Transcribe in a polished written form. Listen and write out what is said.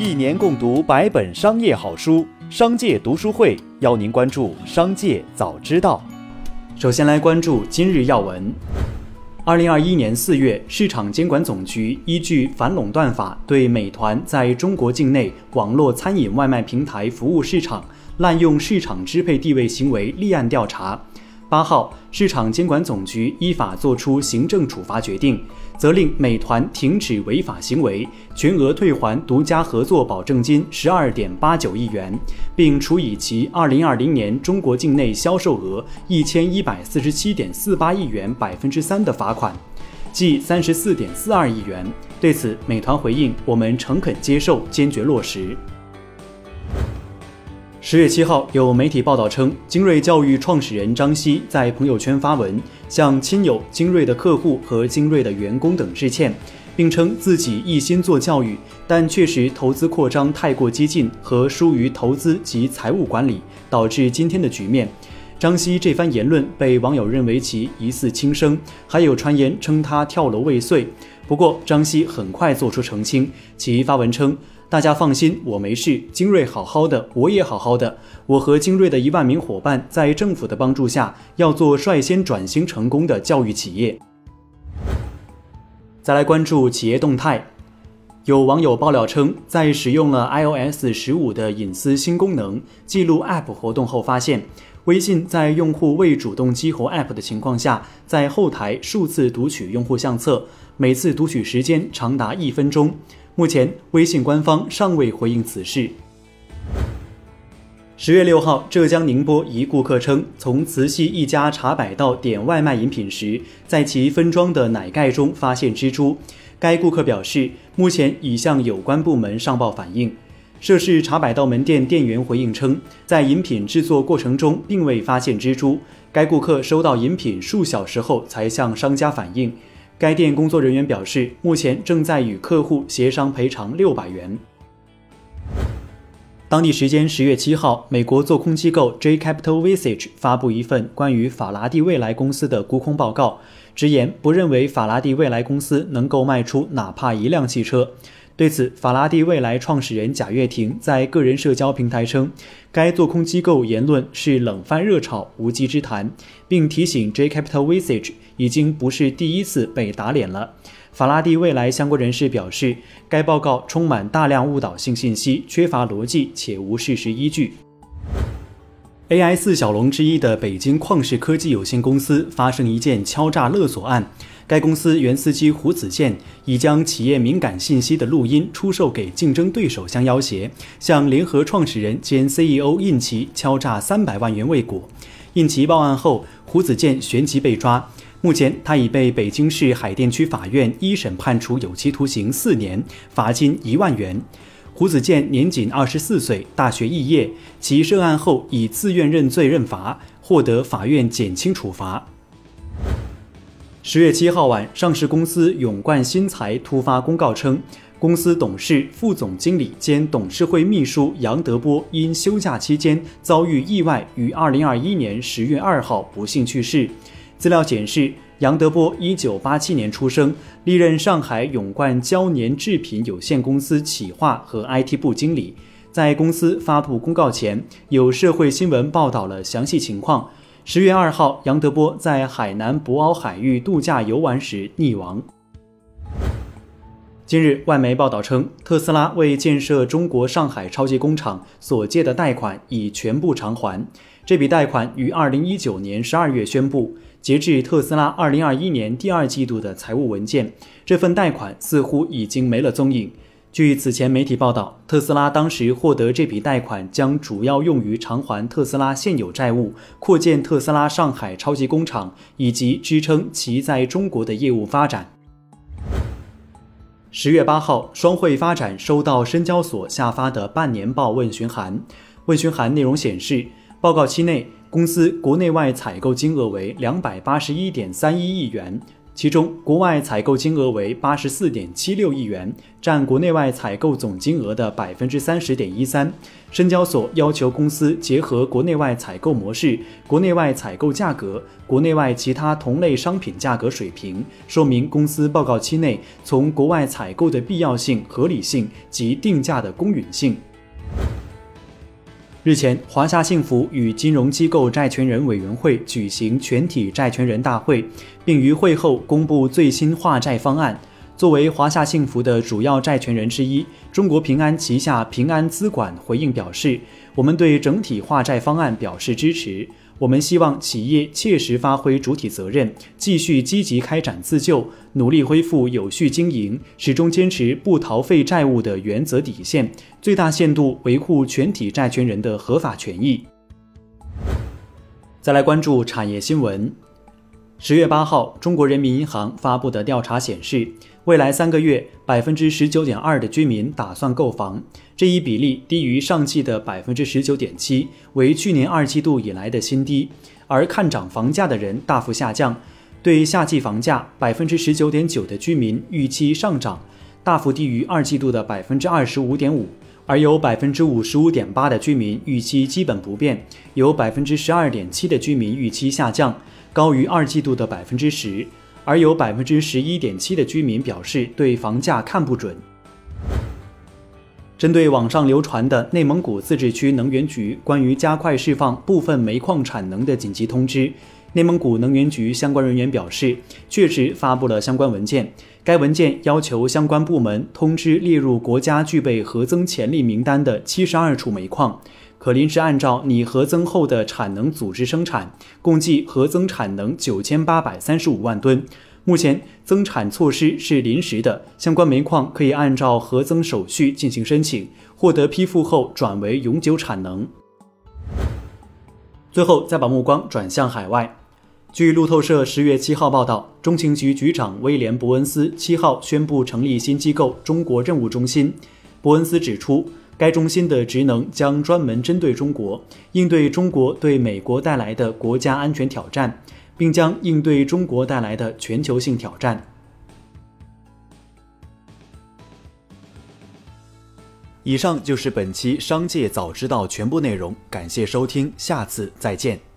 一年共读100本商业好书，商界读书会邀您关注商界早知道。 首先来关注今日要闻。2021年4月，市场监管总局依据反垄断法对美团在中国境内网络餐饮外卖平台服务市场滥用市场支配地位行为立案调查。8号，市场监管总局依法作出行政处罚决定，责令美团停止违法行为，全额退还独家合作保证金12.89亿元，并处以其2020年中国境内销售额1147.48亿元3%的罚款，计34.42亿元。对此，美团回应：我们诚恳接受，坚决落实。10月7号，有媒体报道称，精锐教育创始人张希在朋友圈发文，向亲友、精锐的客户和精锐的员工等致歉，并称自己一心做教育，但确实投资扩张太过激进和疏于投资及财务管理，导致今天的局面。张希这番言论被网友认为其疑似轻生，还有传言称他跳楼未遂。不过，张希很快做出澄清，其发文称：大家放心，我没事，精锐好好的，我也好好的。我和精锐的1万名伙伴在政府的帮助下，要做率先转型成功的教育企业。再来关注企业动态。有网友爆料称，在使用了 iOS 15的隐私新功能记录 App 活动后，发现微信在用户未主动激活 App 的情况下，在后台数次读取用户相册，每次读取时间长达1分钟。目前，微信官方尚未回应此事。10月6号，浙江宁波一顾客称，从慈溪一家茶百道点外卖饮品时，在其分装的奶盖中发现蜘蛛。该顾客表示，目前已向有关部门上报反映。涉事茶百道门店店员回应称，在饮品制作过程中并未发现蜘蛛。该顾客收到饮品数小时后才向商家反映。该店工作人员表示，目前正在与客户协商赔偿600元。当地时间10月7号，美国做空机构 J Capital Research 发布一份关于法拉第未来公司的沽空报告，直言不认为法拉第未来公司能够卖出哪怕1辆汽车。对此，法拉第未来创始人贾跃亭在个人社交平台称，该做空机构言论是冷饭热炒、无稽之谈，并提醒 J Capital Research 已经不是第一次被打脸了。法拉第未来相关人士表示，该报告充满大量误导性信息，缺乏逻辑且无事实依据。AI 4小龙之一的北京旷视科技有限公司发生一件敲诈勒索案，该公司原司机胡子健已将企业敏感信息的录音出售给竞争对手相要挟，向联合创始人兼 CEO 印奇敲诈300万元未果。印奇报案后，胡子健旋即被抓。目前，他已被北京市海淀区法院一审判处有期徒刑4年，罚金1万元。胡子健年仅24岁，大学肄业，其涉案后已自愿认罪认罚，获得法院减轻处罚。10月7号晚，上市公司永冠新材突发公告称，公司董事、副总经理兼董事会秘书杨德波因休假期间遭遇意外，于2021年10月2号不幸去世。资料显示，杨德波1987年出生，历任上海永冠胶粘制品有限公司企划和 IT 部经理。在公司发布公告前，有社会新闻报道了详细情况。10月2号，杨德波在海南博鳌海域度假游玩时溺亡。近日，外媒报道称，特斯拉为建设中国上海超级工厂所借的贷款已全部偿还。这笔贷款于2019年12月宣布。截至特斯拉2021年第2季度的财务文件，这份贷款似乎已经没了踪影。据此前媒体报道，特斯拉当时获得这笔贷款将主要用于偿还特斯拉现有债务、扩建特斯拉上海超级工厂以及支撑其在中国的业务发展。10月8号，双汇发展收到深交所下发的半年报问询函。问询函内容显示，报告期内，公司国内外采购金额为281.31亿元， 其中国外采购金额为 84.76 亿元，占国内外采购总金额的 30.13%。深交所要求公司结合国内外采购模式、国内外采购价格、国内外其他同类商品价格水平，说明公司报告期内从国外采购的必要性、合理性及定价的公允性。日前，华夏幸福与金融机构债权人委员会举行全体债权人大会，并于会后公布最新化债方案。作为华夏幸福的主要债权人之一，中国平安旗下平安资管回应表示，我们对整体化债方案表示支持。我们希望企业切实发挥主体责任，继续积极开展自救，努力恢复有序经营，始终坚持不逃废债务的原则底线，最大限度维护全体债权人的合法权益。再来关注产业新闻。10月8号，中国人民银行发布的调查显示，未来3个月 19.2% 的居民打算购房，这一比例低于上季的 19.7%， 为去年2季度以来的新低。而看涨房价的人大幅下降，对夏季房价 19.9% 的居民预期上涨，大幅低于2季度的 25.5%， 而有 55.8% 的居民预期基本不变，有 12.7% 的居民预期下降，高于2季度的 10%， 而有 11.7% 的居民表示对房价看不准。针对网上流传的内蒙古自治区能源局关于加快释放部分煤矿产能的紧急通知，内蒙古能源局相关人员表示，确实发布了相关文件。该文件要求相关部门通知列入国家具备核增潜力名单的72处煤矿，可临时按照拟核增后的产能组织生产，共计核增产能9835万吨。目前增产措施是临时的，相关煤矿可以按照核增手续进行申请，获得批复后转为永久产能。最后再把目光转向海外。据路透社10月7号报道，中情局局长威廉·伯恩斯7号宣布成立新机构中国任务中心。伯恩斯指出，该中心的职能将专门针对中国，应对中国对美国带来的国家安全挑战，并将应对中国带来的全球性挑战。 以上就是本期商界早知道全部内容，感谢收听，下次再见。